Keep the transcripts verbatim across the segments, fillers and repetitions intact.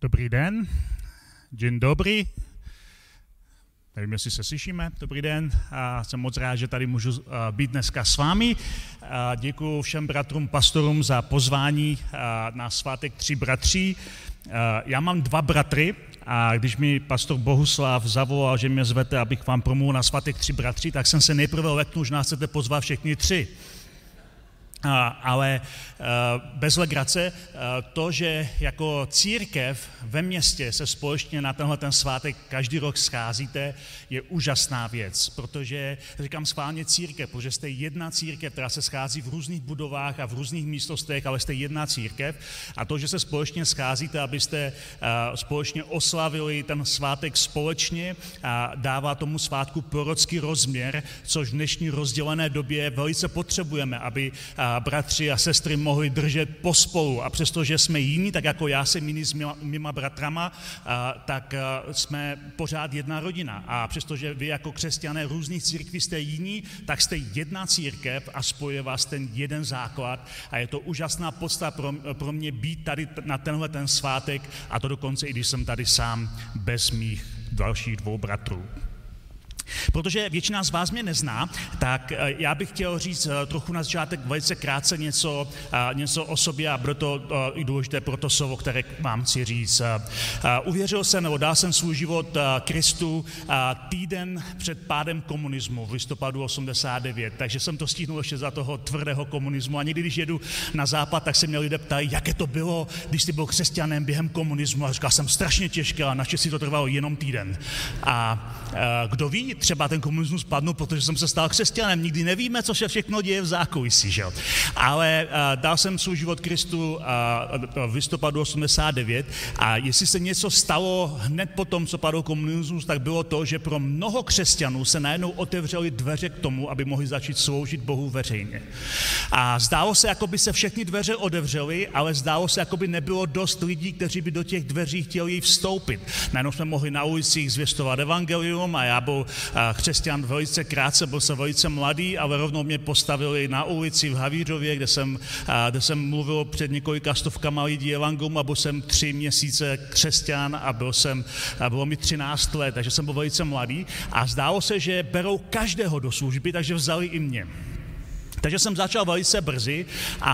Dobrý den, dzień dobry. Nevím, jestli se slyšíme. Dobrý den. A jsem moc rád, že tady můžu být dneska s vámi. A děkuji všem bratrům, pastorům za pozvání na svátek Tři bratří. Já mám dva bratry a když mi pastor Bohuslav zavolal, že mě zvete, abych vám promluvil na svátek Tři bratří, tak jsem se nejprve leknul, že nás chcete pozvat všechny tři. A, ale bez legrace, to, že jako církev ve městě se společně na tenhle ten svátek každý rok scházíte, je úžasná věc, protože říkám schválně církev, protože jste jedna církev, která se schází v různých budovách a v různých místnostech, ale jste jedna církev a to, že se společně scházíte, abyste společně oslavili ten svátek společně, dává tomu svátku prorocký rozměr, což v dnešní rozdělené době velice potřebujeme, aby bratři a sestry mohli držet pospolu a přestože jsme jiní, tak jako já jsem jiný s mýma bratrama, tak jsme pořád jedna rodina a přestože vy jako křesťané různých církví jste jiní, tak jste jedna církev a spojuje vás ten jeden základ a je to úžasná podsta pro, pro mě být tady na tenhle ten svátek a to dokonce i když jsem tady sám bez mých dalších dvou bratrů. Protože většina z vás mě nezná, tak já bych chtěl říct trochu na začátek velice krátce něco, něco o sobě a bude to i důležité pro to slovo, které vám chci říct. Uvěřil jsem, nebo dal jsem svůj život Kristu týden před pádem komunismu v listopadu osmdesát devět, takže jsem to stihnul ještě za toho tvrdého komunismu a někdy, když jedu na západ, tak se mě lidé ptají, jaké to bylo, když jsi byl křesťanem během komunismu a říkal jsem strašně těžké a naštěstí to trvalo jenom týden. A kdo ví, třeba ten komunismus padnul, protože jsem se stal křesťanem. Nikdy nevíme, co se všechno děje v zákulisí, že jo. Ale uh, dal jsem svůj život Kristu uh, v listopadu osmdesát devět a jestli se něco stalo hned po tom, co padl komunismus, tak bylo to, že pro mnoho křesťanů se najednou otevřely dveře k tomu, aby mohli začít sloužit Bohu veřejně. A zdálo se, jako by se všechny dveře otevřely, ale zdálo se, jako by nebylo dost lidí, kteří by do těch dveří chtěli vstoupit. Najednou jsme mohli na ulicích zvěstovat evangelium a já byl křesťan velice krátce, byl jsem velice mladý, ale rovnou mě postavili na ulici v Havířově, kde jsem, kde jsem mluvil před několika stovkama lidí evangelium a byl jsem tři měsíce křesťan a byl jsem, a bylo mi třináct let, takže jsem byl velice mladý a zdálo se, že berou každého do služby, takže vzali i mě. Takže jsem začal velice brzy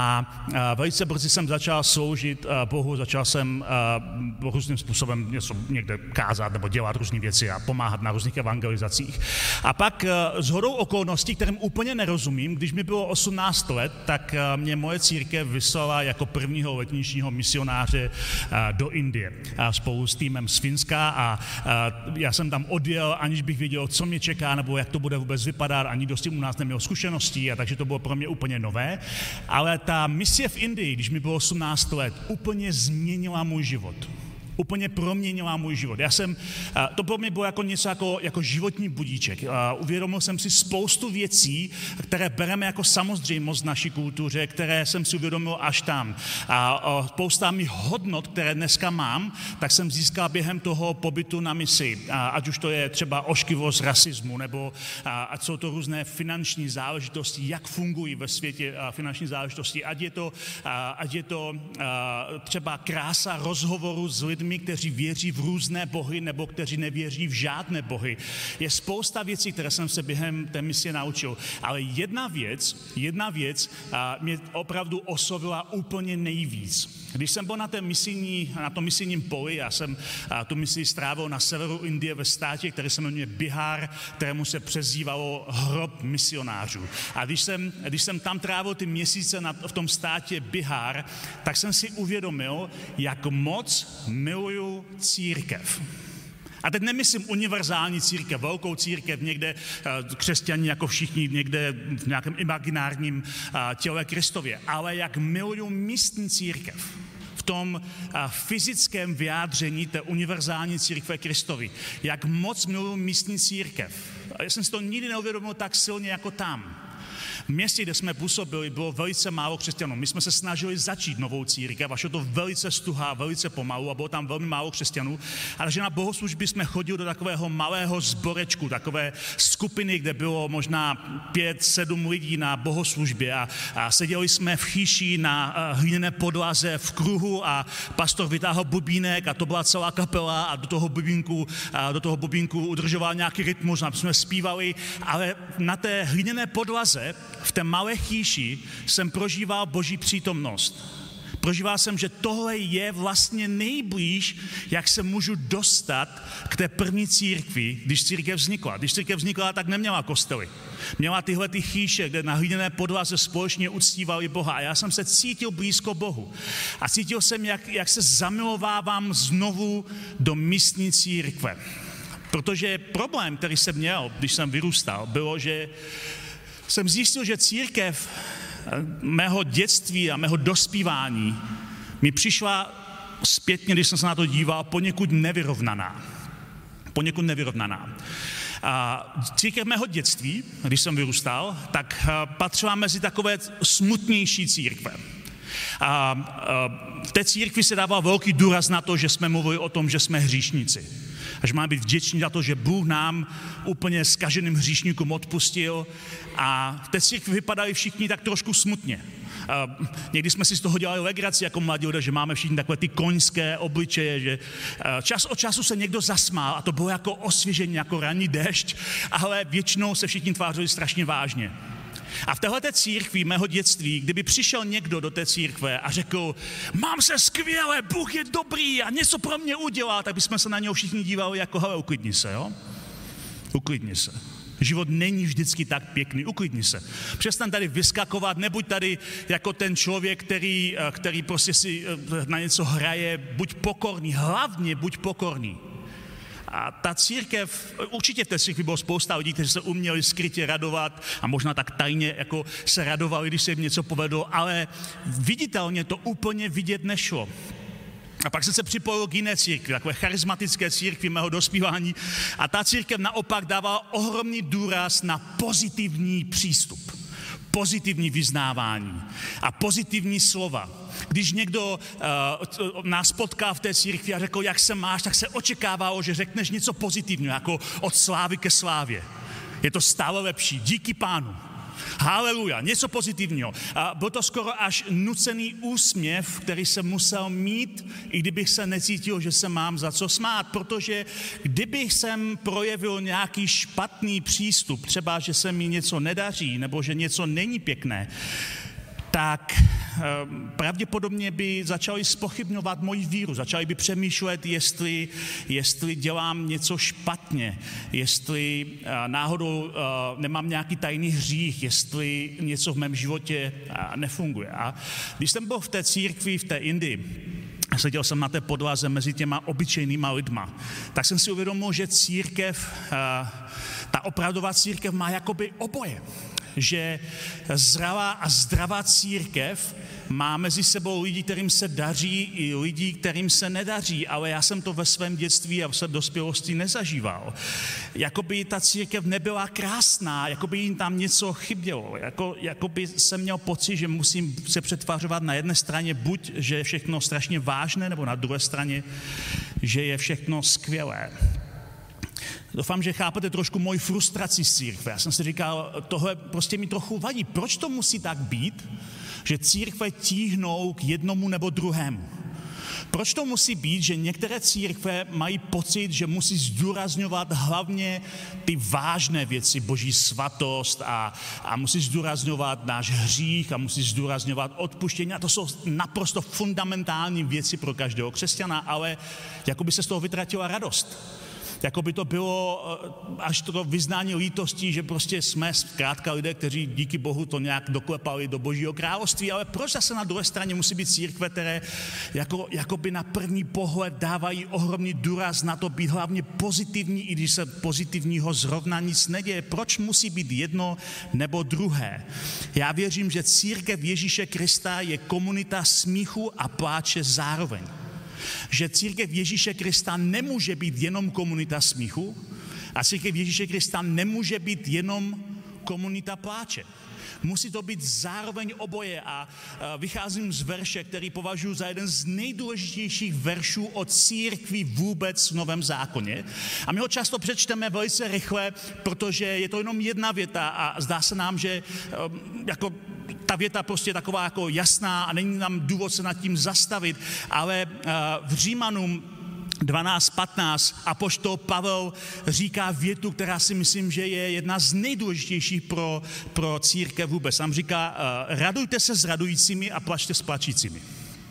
a velice brzy jsem začal sloužit Bohu, začal jsem různým způsobem něco někde kázat nebo dělat různé věci a pomáhat na různých evangelizacích. A pak shodou okolností, kterým úplně nerozumím, když mi bylo osmnáct let, tak mě moje církev vyslala jako prvního letničního misionáře do Indie spolu s týmem z Finska a já jsem tam odjel, aniž bych věděl, co mě čeká nebo jak to bude vůbec vypadat, ani dost u nás neměl zkušeností a takže to bylo pro mě úplně nové, ale ta misie v Indii, když mi bylo osmnáct let, úplně změnila můj život. Úplně proměnila můj život. Já jsem, to pro mě bylo jako něco jako, jako životní budíček. Uvědomil jsem si spoustu věcí, které bereme jako samozřejmost v naší kultuře, které jsem si uvědomil až tam. A spousta mých hodnot, které dneska mám, tak jsem získal během toho pobytu na misi. Ať už to je třeba ošklivost rasismu, nebo ať jsou to různé finanční záležitosti, jak fungují ve světě finanční záležitosti, ať je to, ať je to třeba krása rozhovoru s lidmi, kteří věří v různé bohy nebo kteří nevěří v žádné bohy. Je spousta věcí, které jsem se během té misie naučil, ale jedna věc, jedna věc a, mě opravdu oslovila úplně nejvíc. Když jsem byl na, té misijní, na tom misijním poli, já jsem a, tu misi strávil na severu Indie ve státě, který se jmenuje Bihar, kterému se přezdívalo hrob misionářů. A když jsem, když jsem tam trávil ty měsíce na, v tom státě Bihar, tak jsem si uvědomil, jak moc miluju církev. A teď nemyslím univerzální církev, velkou církev, někde křesťané jako všichni, někde v nějakém imaginárním těle Kristově, ale jak miluju místní církev. V tom fyzickém vyjádření té univerzální církve Kristovi. Jak moc miluju místní církev. Já jsem si to nikdy neuvědomil tak silně jako tam. V městě, kde jsme působili, bylo velice málo křesťanů. My jsme se snažili začít novou církev a šlo to velice stuhá, velice pomalu a bylo tam velmi málo křesťanů. Ale že na bohoslužby jsme chodili do takového malého sborečku, takové skupiny, kde bylo možná pět, sedm lidí na bohoslužbě a, a seděli jsme v chýši na uh, hliněné podlaze v kruhu a pastor vytáhl bubínek a to byla celá kapela a do toho bubínku, a do toho bubínku udržoval nějaký rytmus, aby jsme zpívali, ale na té hliněné podlaze v té malé chýši jsem prožíval Boží přítomnost. Prožíval jsem, že tohle je vlastně nejblíž, jak se můžu dostat k té první církvi, když církev vznikla. Když církev vznikla, tak neměla kostely. Měla tyhle ty chýše, kde na hliněné podlaze společně uctívali Boha. A já jsem se cítil blízko Bohu. A cítil jsem, jak, jak se zamilovávám znovu do místní církve. Protože problém, který jsem měl, když jsem vyrůstal, bylo, že jsem zjistil, že církev mého dětství a mého dospívání mi přišla zpětně, když jsem se na to díval, poněkud nevyrovnaná. Poněkud nevyrovnaná. A církev mého dětství, když jsem vyrůstal, tak patřila mezi takové smutnější církve. A v té církvi se dával velký důraz na to, že jsme mluvili o tom, že jsme hříšníci. A že máme být vděční za to, že Bůh nám úplně zkaženým hříšníkům odpustil. A v té církvi vypadali všichni tak trošku smutně. A někdy jsme si z toho dělali legraci jako mladí lidé, že máme všichni takové ty koňské obličeje, že čas od času se někdo zasmál a to bylo jako osvěžení, jako ranní déšť, ale většinou se všichni tvářili strašně vážně. A v téhleté církvi mého dětství, kdyby přišel někdo do té církve a řekl, mám se skvěle, Bůh je dobrý a něco pro mě udělal, tak bychom se na něho všichni dívali jako, hele, uklidni se, jo? Uklidni se. Život není vždycky tak pěkný, uklidni se. Přestaň tady vyskakovat, nebuď tady jako ten člověk, který, který prostě si na něco hraje, buď pokorný, hlavně buď pokorný. A ta církev, určitě v té církvi bylo spousta lidí, kteří se uměli skrytě radovat a možná tak tajně jako se radovali, když se jim něco povedlo, ale viditelně to úplně vidět nešlo. A pak jsem se připojil k jiné církvi, takové charismatické církvi mého dospívání a ta církev naopak dávala ohromný důraz na pozitivní přístup, pozitivní vyznávání a pozitivní slova. Když někdo uh, nás potká v té církvi a řekl, jak se máš, tak se očekávalo, že řekneš něco pozitivního, jako od slávy ke slávě. Je to stále lepší, díky Pánu. Haleluja, něco pozitivního. A byl to skoro až nucený úsměv, který jsem musel mít, i kdybych se necítil, že se mám za co smát, protože kdybych jsem projevil nějaký špatný přístup, třeba, že se mi něco nedaří, nebo že něco není pěkné, tak pravděpodobně by začali zpochybňovat moji víru, začali by přemýšlet, jestli, jestli dělám něco špatně, jestli náhodou nemám nějaký tajný hřích, jestli něco v mém životě nefunguje. A když jsem byl v té církvi, v té Indii, seděl jsem na té podlaze mezi těma obyčejnýma lidma, tak jsem si uvědomil, že církev, ta opravdová církev má jakoby oboje. Že zralá a zdravá církev má mezi sebou lidi, kterým se daří, i lidi, kterým se nedaří, ale já jsem to ve svém dětství a v své dospělosti nezažíval. Jakoby ta církev nebyla krásná, jakoby jim tam něco chybělo, jako, jakoby jsem měl pocit, že musím se přetvářovat na jedné straně buď, že je všechno strašně vážné, nebo na druhé straně, že je všechno skvělé. Doufám, že chápete trošku moji frustraci z církve. Já jsem si říkal, tohle prostě mi trochu vadí. Proč to musí tak být, že církve tíhnou k jednomu nebo druhému? Proč to musí být, že některé církve mají pocit, že musí zdůrazňovat hlavně ty vážné věci, Boží svatost a, a musí zdůrazňovat náš hřích a musí zdůrazňovat odpuštění. A to jsou naprosto fundamentální věci pro každého křesťana, ale jako by se z toho vytratila radost. Jako by to bylo až to vyznání lítosti, že prostě jsme zkrátka lidé, kteří díky Bohu to nějak doklepali do Božího království, ale proč zase na druhé straně musí být církve, které jako, jako by na první pohled dávají ohromný důraz na to být hlavně pozitivní, i když se pozitivního zrovna nic neděje. Proč musí být jedno nebo druhé? Já věřím, že církev Ježíše Krista je komunita smíchu a pláče zároveň. Že církev Ježíše Krista nemůže být jenom komunita smíchu a církev Ježíše Krista nemůže být jenom komunita pláče. Musí to být zároveň oboje a vycházím z verše, který považuji za jeden z nejdůležitějších veršů o církvi vůbec v Novém zákoně. A my ho často přečteme velice rychle, protože je to jenom jedna věta a zdá se nám, že jako ta věta prostě je taková jako jasná a není nám důvod se nad tím zastavit, ale v Římanům dvanáct patnáct apoštol Pavel říká větu, která si myslím, že je jedna z nejdůležitějších pro, pro církev vůbec. Tam říká, radujte se s radujícími a plačte s plačícími.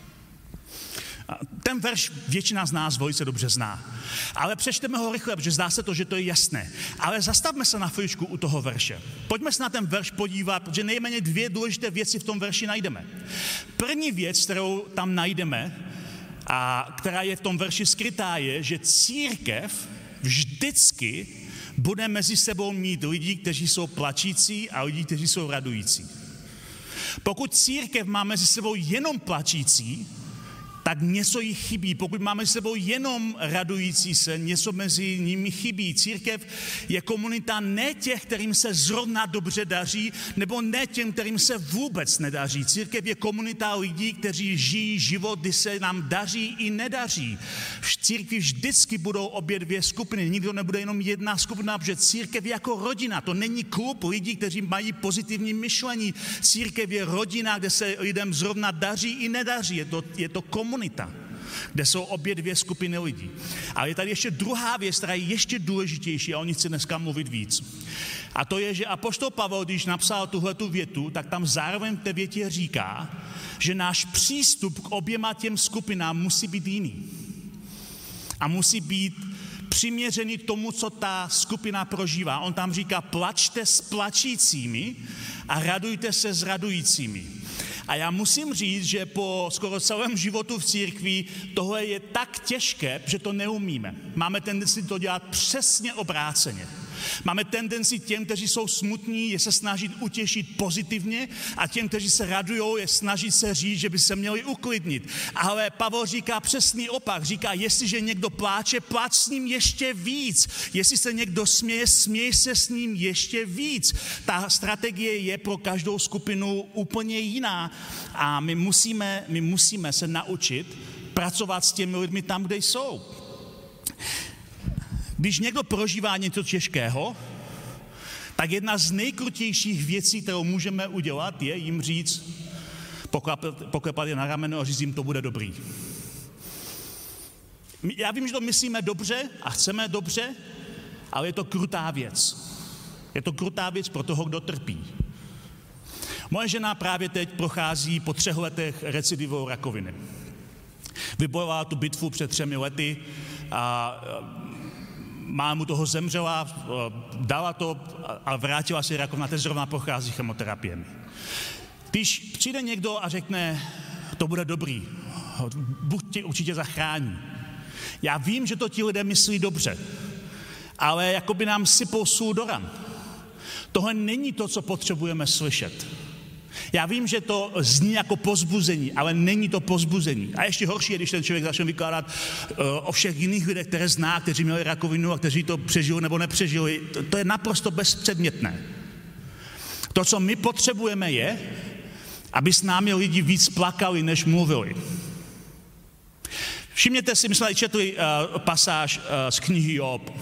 Ten verš většina z nás velice dobře zná. Ale přečteme ho rychle, protože zdá se to, že to je jasné. Ale zastavme se na chvíličku u toho verše. Pojďme se na ten verš podívat, protože nejméně dvě důležité věci v tom verši najdeme. První věc, kterou tam najdeme, a která je v tom verši skrytá, je, že církev vždycky bude mezi sebou mít lidi, kteří jsou plačící a lidi, kteří jsou radující. Pokud církev má mezi sebou jenom plačící, tak něco jí chybí. Pokud máme s sebou jenom radující se, něco mezi nimi chybí. Církev je komunita ne těch, kterým se zrovna dobře daří, nebo ne těm, kterým se vůbec nedaří. Církev je komunita lidí, kteří žijí život, kdy se nám daří i nedaří. V církvi vždycky budou obě dvě skupiny. Nikdo nebude jenom jedna skupina, protože církev je jako rodina. To není klub lidí, kteří mají pozitivní myšlení. Církev je rodina, kde se lidem zrovna daří i nedaří. Je to, je to komunita. Komunita, kde jsou obě dvě skupiny lidí. Ale je tady ještě druhá věc, která je ještě důležitější a o ní chci dneska mluvit víc. A to je, že apoštol Pavel, když napsal tuhletu větu, tak tam zároveň v té větě říká, že náš přístup k oběma těm skupinám musí být jiný. A musí být přiměřený k tomu, co ta skupina prožívá. On tam říká, plačte s plačícími a radujte se s radujícími. A já musím říct, že po skoro celém životu v církvi tohle je tak těžké, že to neumíme. Máme tendenci to dělat přesně obráceně. Máme tendenci těm, kteří jsou smutní, je se snažit utěšit pozitivně a těm, kteří se radujou, je snažit se říct, že by se měli uklidnit. Ale Pavel říká přesný opak. Říká, jestliže někdo pláče, pláč s ním ještě víc. Jestli se někdo směje, směj se s ním ještě víc. Ta strategie je pro každou skupinu úplně jiná a my musíme, my musíme se naučit pracovat s těmi lidmi tam, kde jsou. Když někdo prožívá něco těžkého, tak jedna z nejkrutějších věcí, kterou můžeme udělat, je jim říct, poklepat, poklepat je na rameno a říct jim, to bude dobrý. Já vím, že to myslíme dobře a chceme dobře, ale je to krutá věc. Je to krutá věc pro toho, kdo trpí. Moje žena právě teď prochází po třech letech recidivou rakoviny. Vybojovala tu bitvu před třemi lety a máma toho zemřela, dala to a vrátila se rakovina, teď zrovna prochází chemoterapiemi. Když přijde někdo a řekne, to bude dobrý, Bůh tě určitě zachrání. Já vím, že to ti lidé myslí dobře, ale jako by nám sypou sůl do ran. Tohle není to, co potřebujeme slyšet. Já vím, že to zní jako povzbuzení, ale není to povzbuzení. A ještě horší je, když ten člověk začne vykládat uh, o všech jiných lidech, které zná, kteří měli rakovinu a kteří to přežili nebo nepřežili. To, to je naprosto bezpředmětné. To, co my potřebujeme, je, aby s námi lidi víc plakali, než mluvili. Všimněte si, my jsme četli uh, pasáž uh, z knihy Job.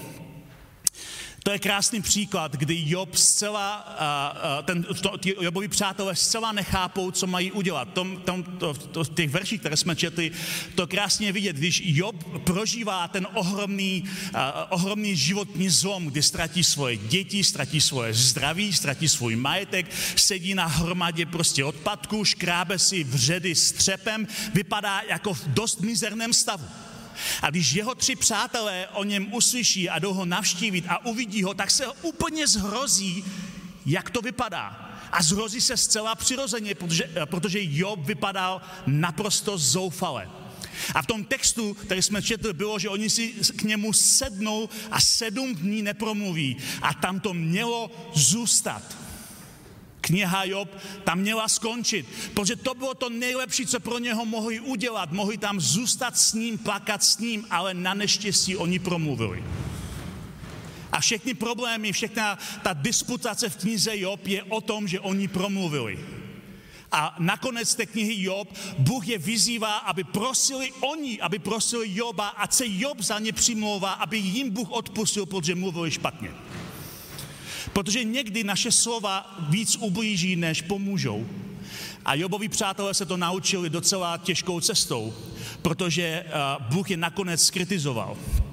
To je krásný příklad, kdy Job zcela, ten, to, ty Jobovi přátelé zcela nechápou, co mají udělat. Tom, tom, to, to, v těch verších, které jsme četli, to krásně vidět, když Job prožívá ten ohromný, uh, ohromný životní zlom, kdy ztratí svoje děti, ztratí svoje zdraví, ztratí svůj majetek, sedí na hromadě prostě odpadků, škrábe si vředy s třepem, vypadá jako v dost mizerném stavu. A když jeho tři přátelé o něm uslyší a jdou ho navštívit a uvidí ho, tak se úplně zhrozí, jak to vypadá. A zhrozí se zcela přirozeně, protože, protože Job vypadal naprosto zoufale. A v tom textu, který jsme četli, bylo, že oni si k němu sednou a sedm dní nepromluví. A tam to mělo zůstat. Kniha Job tam měla skončit, protože to bylo to nejlepší, co pro něho mohli udělat. Mohli tam zůstat s ním, plakat s ním, ale na neštěstí oni promluvili. A A všechny problémy, všechna ta disputace v knize Job je o tom, že oni promluvili. A nakonec té knihy Job, Bůh je vyzývá, aby prosili oni, aby prosili Joba, ať se Job za ně přimlouvá, aby jim Bůh odpustil, protože mluvili špatně. Protože někdy naše slova víc ublíží, než pomůžou. A Jobovi přátelé se to naučili docela těžkou cestou, protože Bůh je nakonec skritizoval.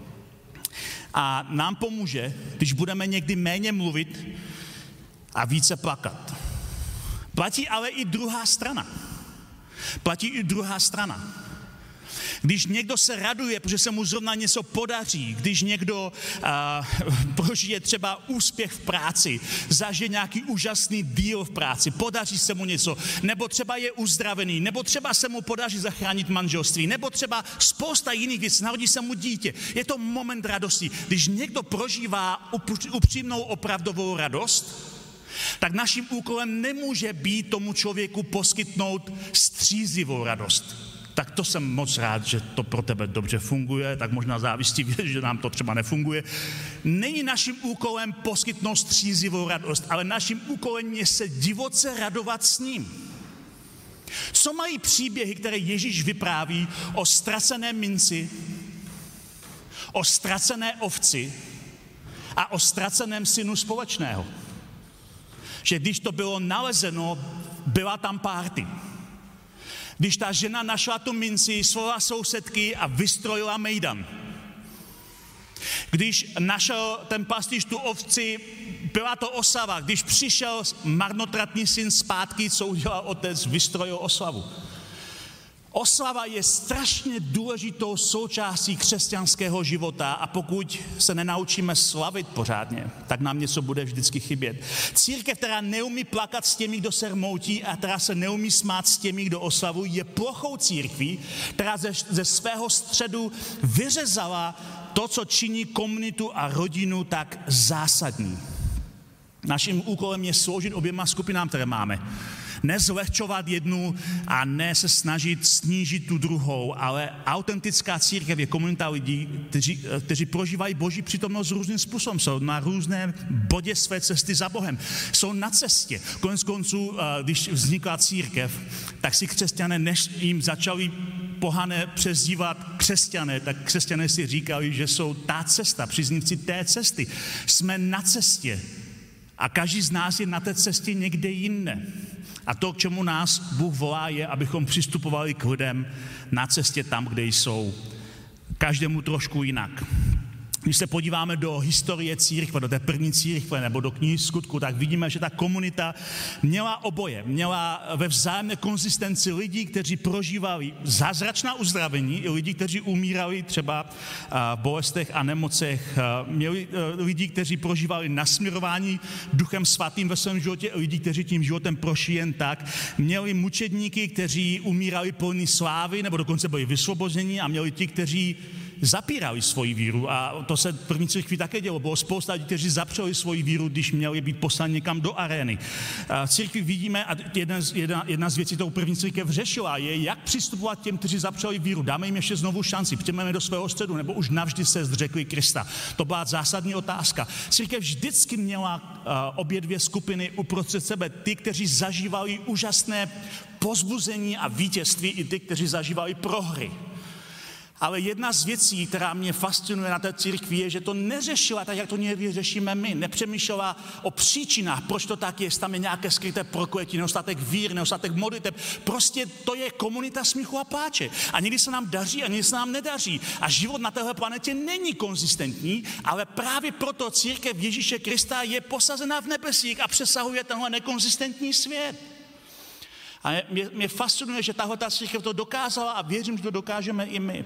A nám pomůže, když budeme někdy méně mluvit a více plakat. Platí ale i druhá strana. Platí i druhá strana. Když někdo se raduje, protože se mu zrovna něco podaří, když někdo uh, prožije třeba úspěch v práci, zažije nějaký úžasný deal v práci, podaří se mu něco, nebo třeba je uzdravený, nebo třeba se mu podaří zachránit manželství, nebo třeba spousta jiných věcí, narodí se mu dítě. Je to moment radosti. Když někdo prožívá upřímnou opravdovou radost, tak naším úkolem nemůže být tomu člověku poskytnout střízlivou radost. Tak to jsem moc rád, že to pro tebe dobře funguje, tak možná závisí, že nám to třeba nefunguje. Není naším úkolem poskytnout střízlivou radost, ale naším úkolem je se divoce radovat s ním. Co mají příběhy, které Ježíš vypráví o ztracené minci, o ztracené ovci a o ztraceném synu společného? Že když to bylo nalezeno, byla tam party. Když ta žena našla tu minci, svolala sousedky a vystrojila mejdan. Když našel ten pastýř tu ovci, byla to oslava. Když přišel marnotratný syn zpátky, co udělal otec, vystrojil oslavu. Oslava je strašně důležitou součástí křesťanského života a pokud se nenaučíme slavit pořádně, tak nám něco bude vždycky chybět. Církev, která neumí plakat s těmi, kdo se rmoutí a která se neumí smát s těmi, kdo oslavují, je plochou církví, která ze, ze svého středu vyřezala to, co činí komunitu a rodinu tak zásadní. Naším úkolem je sloužit oběma skupinám, které máme. Nezlehčovat jednu a ne se snažit snížit tu druhou, ale autentická církev je komunita lidí, kteří, kteří prožívají Boží přítomnost různým způsobem, jsou na různé bodě své cesty za Bohem, jsou na cestě. Konec konců, když vznikla církev, tak si křesťané, než jim začali pohané přezdívat křesťané, tak křesťané si říkali, že jsou ta cesta, příznivci té cesty. Jsme na cestě a každý z nás je na té cestě někde jinde. A to, k čemu nás Bůh volá, je, abychom přistupovali k lidem na cestě tam, kde jsou. Každému trošku jinak. Když se podíváme do historie církve, do té první církve nebo do knihy Skutku, tak vidíme, že ta komunita měla oboje. Měla ve vzájemné konzistenci lidí, kteří prožívali zázračná uzdravení, i lidi, kteří umírali třeba v bolestech a nemocech. Měli lidi, kteří prožívali nasměrování Duchem Svatým ve svém životě, i lidi, kteří tím životem prošli jen tak. Měli mučedníky, kteří umírali plní slávy, nebo dokonce byli vysvobozeni, a měli ti, kteří zapírali svoji víru, a to se v první církvi také dělo. Bylo spousta lidí, kteří zapřeli svoji víru, když měli být poslani někam do arény. V církvi vidíme, a jedna z, jedna, jedna z věcí, kterou první církev řešila, je, jak přistupovat těm, kteří zapřeli víru. Dáme jim ještě znovu šanci, přijmeme do svého středu, nebo už navždy se zřekli Krista. To byla zásadní otázka. Církev vždycky měla uh, obě dvě skupiny uprostřed sebe. Ty, kteří zažívali úžasné povzbuzení a vítězství, i ty, kteří zažívali prohry. Ale jedna z věcí, která mě fascinuje na té církvi, je, že to neřešila tak, jak to někdy řešíme my. Nepřemýšlela o příčinách, proč to tak je, jestli tam je nějaké skryté prokletí, nedostatek vír, nedostatek modliteb. Prostě to je komunita smíchu a pláče. A někdy se nám daří a někdy se nám nedaří. A život na téhle planetě není konzistentní, ale právě proto církev Ježíše Krista je posazena v nebesích a přesahuje tenhle nekonzistentní svět. A mě, mě fascinuje, že tahle ta církev to dokázala a věřím, že to dokážeme i my.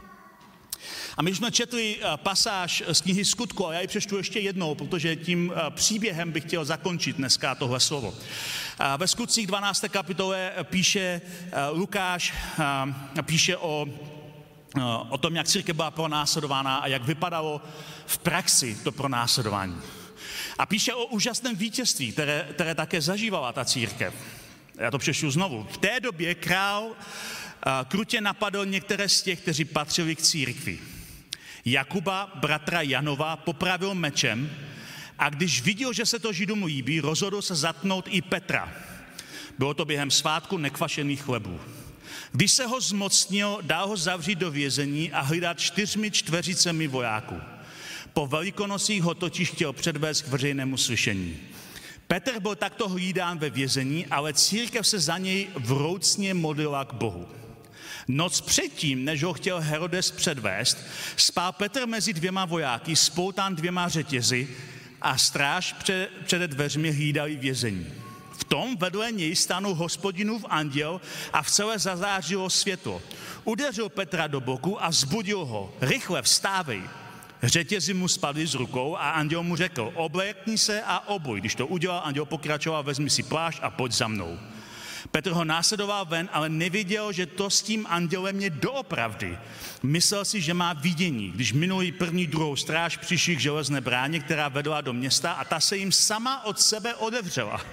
A my jsme četli pasáž z knihy Skutku, a já ji přečtu ještě jednou, protože tím příběhem bych chtěl zakončit dneska tohle slovo. Ve Skutcích dvanácté kapitole píše Lukáš, píše o, o tom, jak církev byla pronásledována a jak vypadalo v praxi to pronásledování. A píše o úžasném vítězství, které, které také zažívala ta církev. Já to přečtu znovu. V té době král krutě napadl některé z těch, kteří patřili k církvi. Jakuba, bratra Janova, popravil mečem a když viděl, že se to Židům líbí, rozhodl se zatnout i Petra. Bylo to během svátku nekvašených chlebů. Když se ho zmocnil, dal ho zavřít do vězení a hlídat čtyřmi čtveřicemi vojáků. Po Velikonocích ho totiž chtěl předvést k veřejnému slyšení. Petr byl takto hlídán ve vězení, ale církev se za něj vroucně modlila k Bohu. Noc předtím, než ho chtěl Herodes předvést, spál Petr mezi dvěma vojáky, spoután dvěma řetězy a stráž před, před dveřmi hlídali vězení. V tom vedle něj stánul Hospodinův anděl a v celé zazářilo světlo. Udeřil Petra do boku a vzbudil ho. Rychle vstávej. Řetězy mu spadly z rukou a anděl mu řekl, oblékni se a obuj. Když to udělal, anděl pokračoval, vezmi si plášť a pojď za mnou. Petr ho následoval ven, ale nevěděl, že to s tím andělem je doopravdy. Myslel si, že má vidění, když minulý první druhou stráž přišli k železné bráně, která vedla do města a ta se jim sama od sebe otevřela.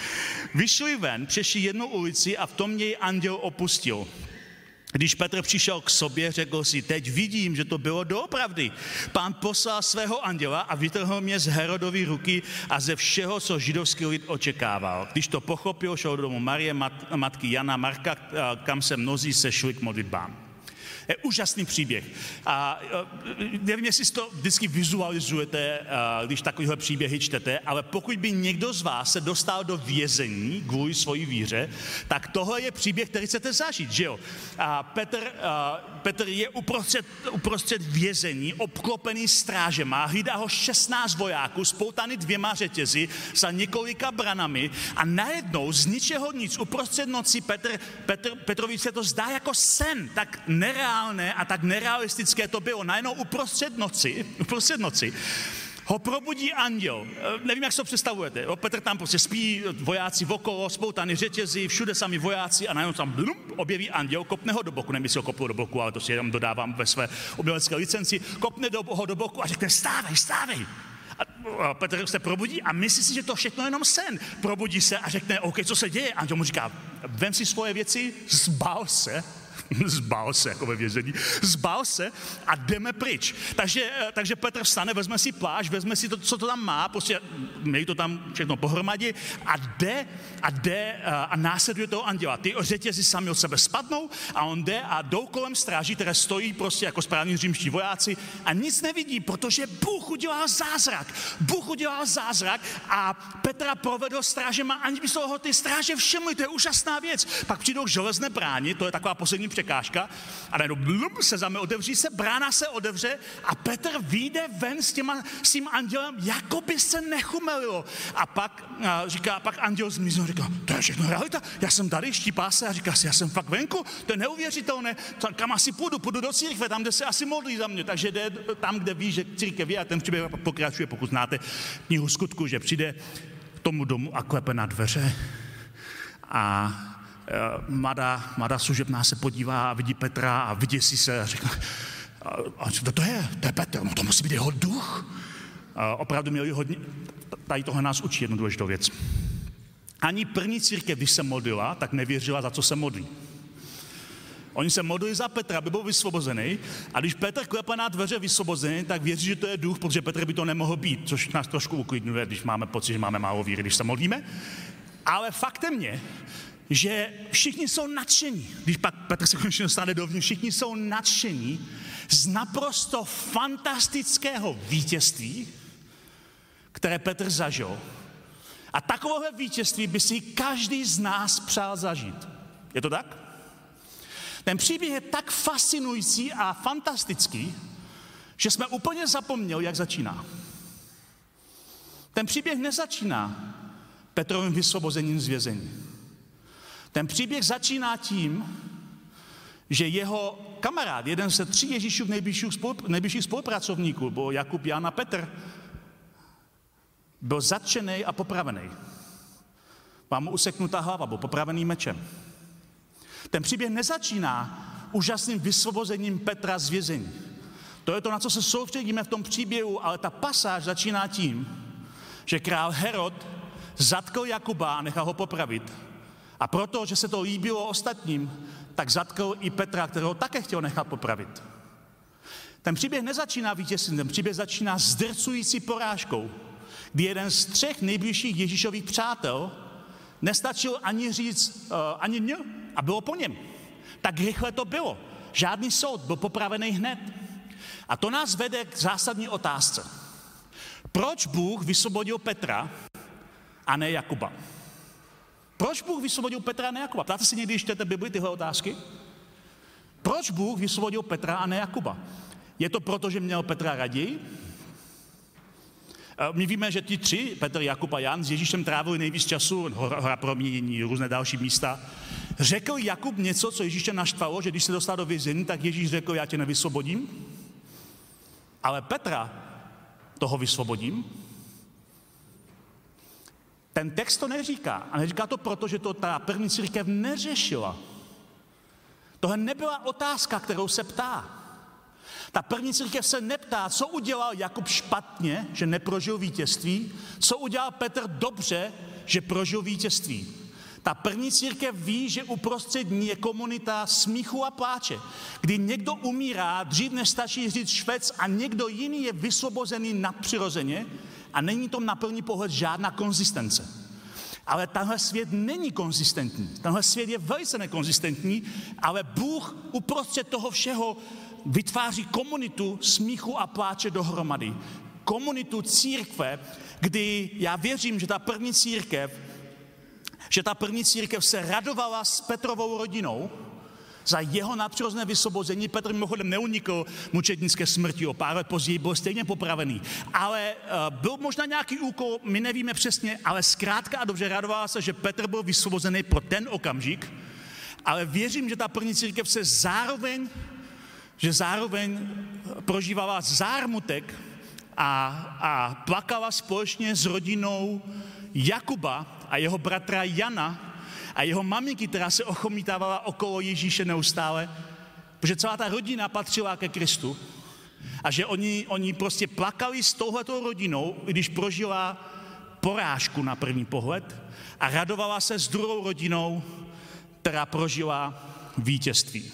Vyšli ven, přešli jednu ulici a v tom něj anděl opustil. Když Petr přišel k sobě, řekl si, teď vidím, že to bylo doopravdy. Pán poslal svého anděla a vytrhl mě z Herodovy ruky a ze všeho, co židovský lid očekával. Když to pochopil, šel do domu Marie, mat, matky Jana, Marka, kam se mnozí sešli k modlitbám. Je úžasný příběh. A nevím, jestli si to vždycky vizualizujete, když takovýhle příběhy čtete, ale pokud by někdo z vás se dostal do vězení kvůli svojí víře, tak tohle je příběh, který chcete zažít, že jo? A Petr, a Petr je uprostřed, uprostřed vězení, obklopený strážema, hlídá ho šestnáct vojáků, spoutaný dvěma řetězy za několika branami a najednou z ničeho nic uprostřed noci Petr, Petr, Petrovi se to zdá jako sen, tak nereálně a tak nerealistické to bylo. Najednou uprostřed noci, uprostřed noci ho probudí anděl. Nevím, jak si to představujete. Petr tam prostě spí, vojáci okolo, spoutaný řetězy, všude sami vojáci a najednou tam blum, objeví anděl, kopne ho do boku. Nevím, jestli ho kopl do boku, ale to si jenom dodávám ve své obělecké licenci. Kopne do, ho do boku a řekne, stávej, stávej. A Petr se probudí a myslí si, že to všechno je jenom sen. Probudí se a řekne, OK, co se děje? Anděl mu říká, vem si svoje věci, zbal se. Zbál se, jako ve vězení, zbál se a jdeme pryč. Takže, takže Petr vstane, vezme si plášť, vezme si to, co to tam má, prostě mějí to tam všechno pohromadě a jde a jde a následuje toho anděla. Ty řetězy sami od sebe spadnou a on jde a jdou kolem stráží, které stojí prostě jako správní římští vojáci a nic nevidí, protože Bůh udělal zázrak. Bůh udělal zázrak a Petra provedl strážema, aniž by se ho ty stráže všimli, to je úžasná věc. Pak přijdou k železné bráni, to je taková poslední překážka a najednou blum, se zame otevří se, brána se otevře a Petr vyjde ven s, těma, s tím andělem, jako by se nechumelilo. A pak a říká, pak anděl zmizel, říká, to je všechno realita, já jsem tady, štípá se a říká si, já jsem fakt venku, to je neuvěřitelné, kam asi půjdu, půjdu do církve, tam, kde se asi modlí za mě, takže jde tam, kde ví, že církev je a ten příběh pokračuje, pokud znáte knihu Skutku, že přijde k tomu domu a klepe na dveře a Mladá, mladá služebná se podívá a vidí Petra a vyděsí se a řekne, a co to je? To je Petr, no to musí být jeho duch. A opravdu měli hodně, tady tohle nás učí jednu důležitou věc. Ani první církev, když se modlila, tak nevěřila, za co se modlí. Oni se modlili za Petra, aby byl vysvobozený a když Petr klepe na dveře vysvobozený, tak věří, že to je duch, protože Petr by to nemohl být, což nás trošku uklidňuje, když máme pocit, že máme málo víry, když se modlíme. Ale faktem je, že všichni jsou nadšení. Když pak Petr se konečně dostane dovnitř, všichni jsou nadšení z naprosto fantastického vítězství, které Petr zažil. A takovéhle vítězství by si každý z nás přál zažít. Je to tak? Ten příběh je tak fascinující a fantastický, že jsme úplně zapomněli, jak začíná. Ten příběh nezačíná Petrovým vysvobozením z vězení. Ten příběh začíná tím, že jeho kamarád, jeden ze tří Ježíšův nejbližších, spolu, nejbližších spolupracovníků, byl Jakub, Jan a Petr, byl zatčený a popravený. Byla mu useknutá hlava, byl popravený mečem. Ten příběh nezačíná úžasným vysvobozením Petra z vězení. To je to, na co se soustředíme v tom příběhu, ale ta pasáž začíná tím, že král Herod zatkl Jakuba a nechal ho popravit. A proto, že se to líbilo ostatním, tak zatkl i Petra, kterého také chtěl nechat popravit. Ten příběh nezačíná vítězstvím, ten příběh začíná zdrcující porážkou, kdy jeden z třech nejbližších Ježíšových přátel nestačil ani říct, uh, ani ně, a bylo po něm. Tak rychle to bylo. Žádný soud, byl popravený hned. A to nás vede k zásadní otázce. Proč Bůh vysvobodil Petra a ne Jakuba? Proč Bůh vysvobodil Petra a ne Jakuba? Ptáte si někdy, když čtete Bibli, tyhle otázky? Proč Bůh vysvobodil Petra a ne Jakuba? Je to proto, že měl Petra raději? My víme, že ti tři, Petr, Jakub a Jan, s Ježíšem trávili nejvíc času, hora proměnění, různé další místa. Řekl Jakub něco, co Ježíše naštvalo, že když se dostal do vězení, tak Ježíš řekl, já tě nevysvobodím, ale Petra toho vysvobodím. Ten text to neříká. A neříká to proto, že to ta první církev neřešila. Tohle nebyla otázka, kterou se ptá. Ta první církev se neptá, co udělal Jakub špatně, že neprožil vítězství, co udělal Petr dobře, že prožil vítězství. Ta první církev ví, že uprostřed ní je komunita smíchu a pláče, kdy někdo umírá, dřív než stačí říct švec a někdo jiný je vysvobozený nadpřirozeně a není to na první pohled žádná konzistence. Ale tenhle svět není konzistentní. Tenhle svět je velice nekonzistentní, ale Bůh uprostřed toho všeho vytváří komunitu smíchu a pláče dohromady. Komunitu církve, kdy já věřím, že ta první církev, že ta první církev se radovala s Petrovou rodinou za jeho nadpřirozené vysvobození. Petr mimochodem neunikl mučednické smrti, o pár let později byl stejně popravený. Ale uh, byl možná nějaký úkol, my nevíme přesně, ale zkrátka a dobře radovala se, že Petr byl vysvobozený pro ten okamžik, ale věřím, že ta první církev se zároveň že zároveň prožívala zármutek a, a plakala společně s rodinou Jakuba a jeho bratra Jana a jeho maminky, která se ochomítávala okolo Ježíše neustále, protože celá ta rodina patřila ke Kristu a že oni, oni prostě plakali s touhletou rodinou, když prožila porážku na první pohled a radovala se s druhou rodinou, která prožila vítězství.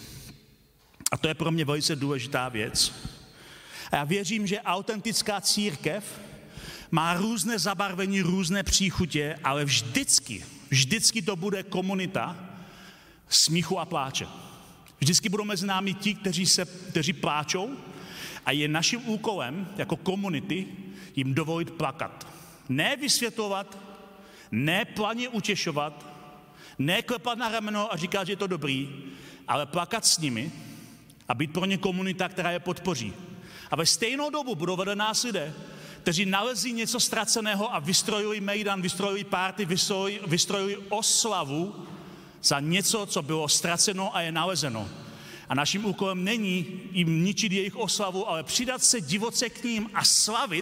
A to je pro mě velice důležitá věc. A já věřím, že autentická církev má různé zabarvení, různé příchutě, ale vždycky, vždycky to bude komunita smíchu a pláče. Vždycky budou mezi námi ti, kteří, se, kteří pláčou a je naším úkolem jako komunity jim dovolit plakat. Ne vysvětlovat, ne planě utěšovat, ne klepat na rameno a říkat, že je to dobrý, ale plakat s nimi a být pro ně komunita, která je podpoří. A ve stejnou dobu budou vedle nás lidé, kteří nalezí něco ztraceného a vystrojují mejdan, vystrojují párty, vystrojují, vystrojují oslavu za něco, co bylo ztraceno a je nalezeno. A naším úkolem není jim ničit jejich oslavu, ale přidat se divoce k ním a slavit,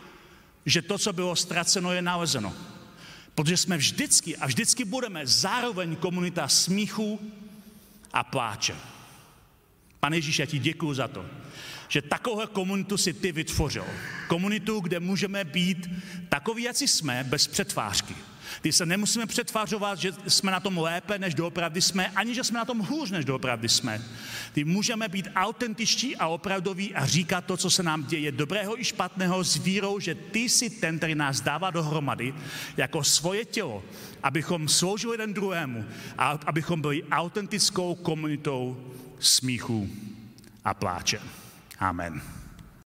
že to, co bylo ztraceno, je nalezeno. Protože jsme vždycky a vždycky budeme zároveň komunita smíchu a pláče. Pane Ježíši, já ti děkuju za to, že takovou komunitu si ty vytvořil. Komunitu, kde můžeme být takoví, jací jsme, bez přetvářky. Kdy se nemusíme přetvářovat, že jsme na tom lépe, než doopravdy jsme, ani že jsme na tom hůř, než doopravdy jsme. Kdy můžeme být autentičtí a opravdoví a říkat to, co se nám děje, dobrého i špatného, s vírou, že ty jsi ten, který nás dává dohromady jako svoje tělo, abychom sloužili jeden druhému a abychom byli autentickou komunitou smíchu a pláče. Amen.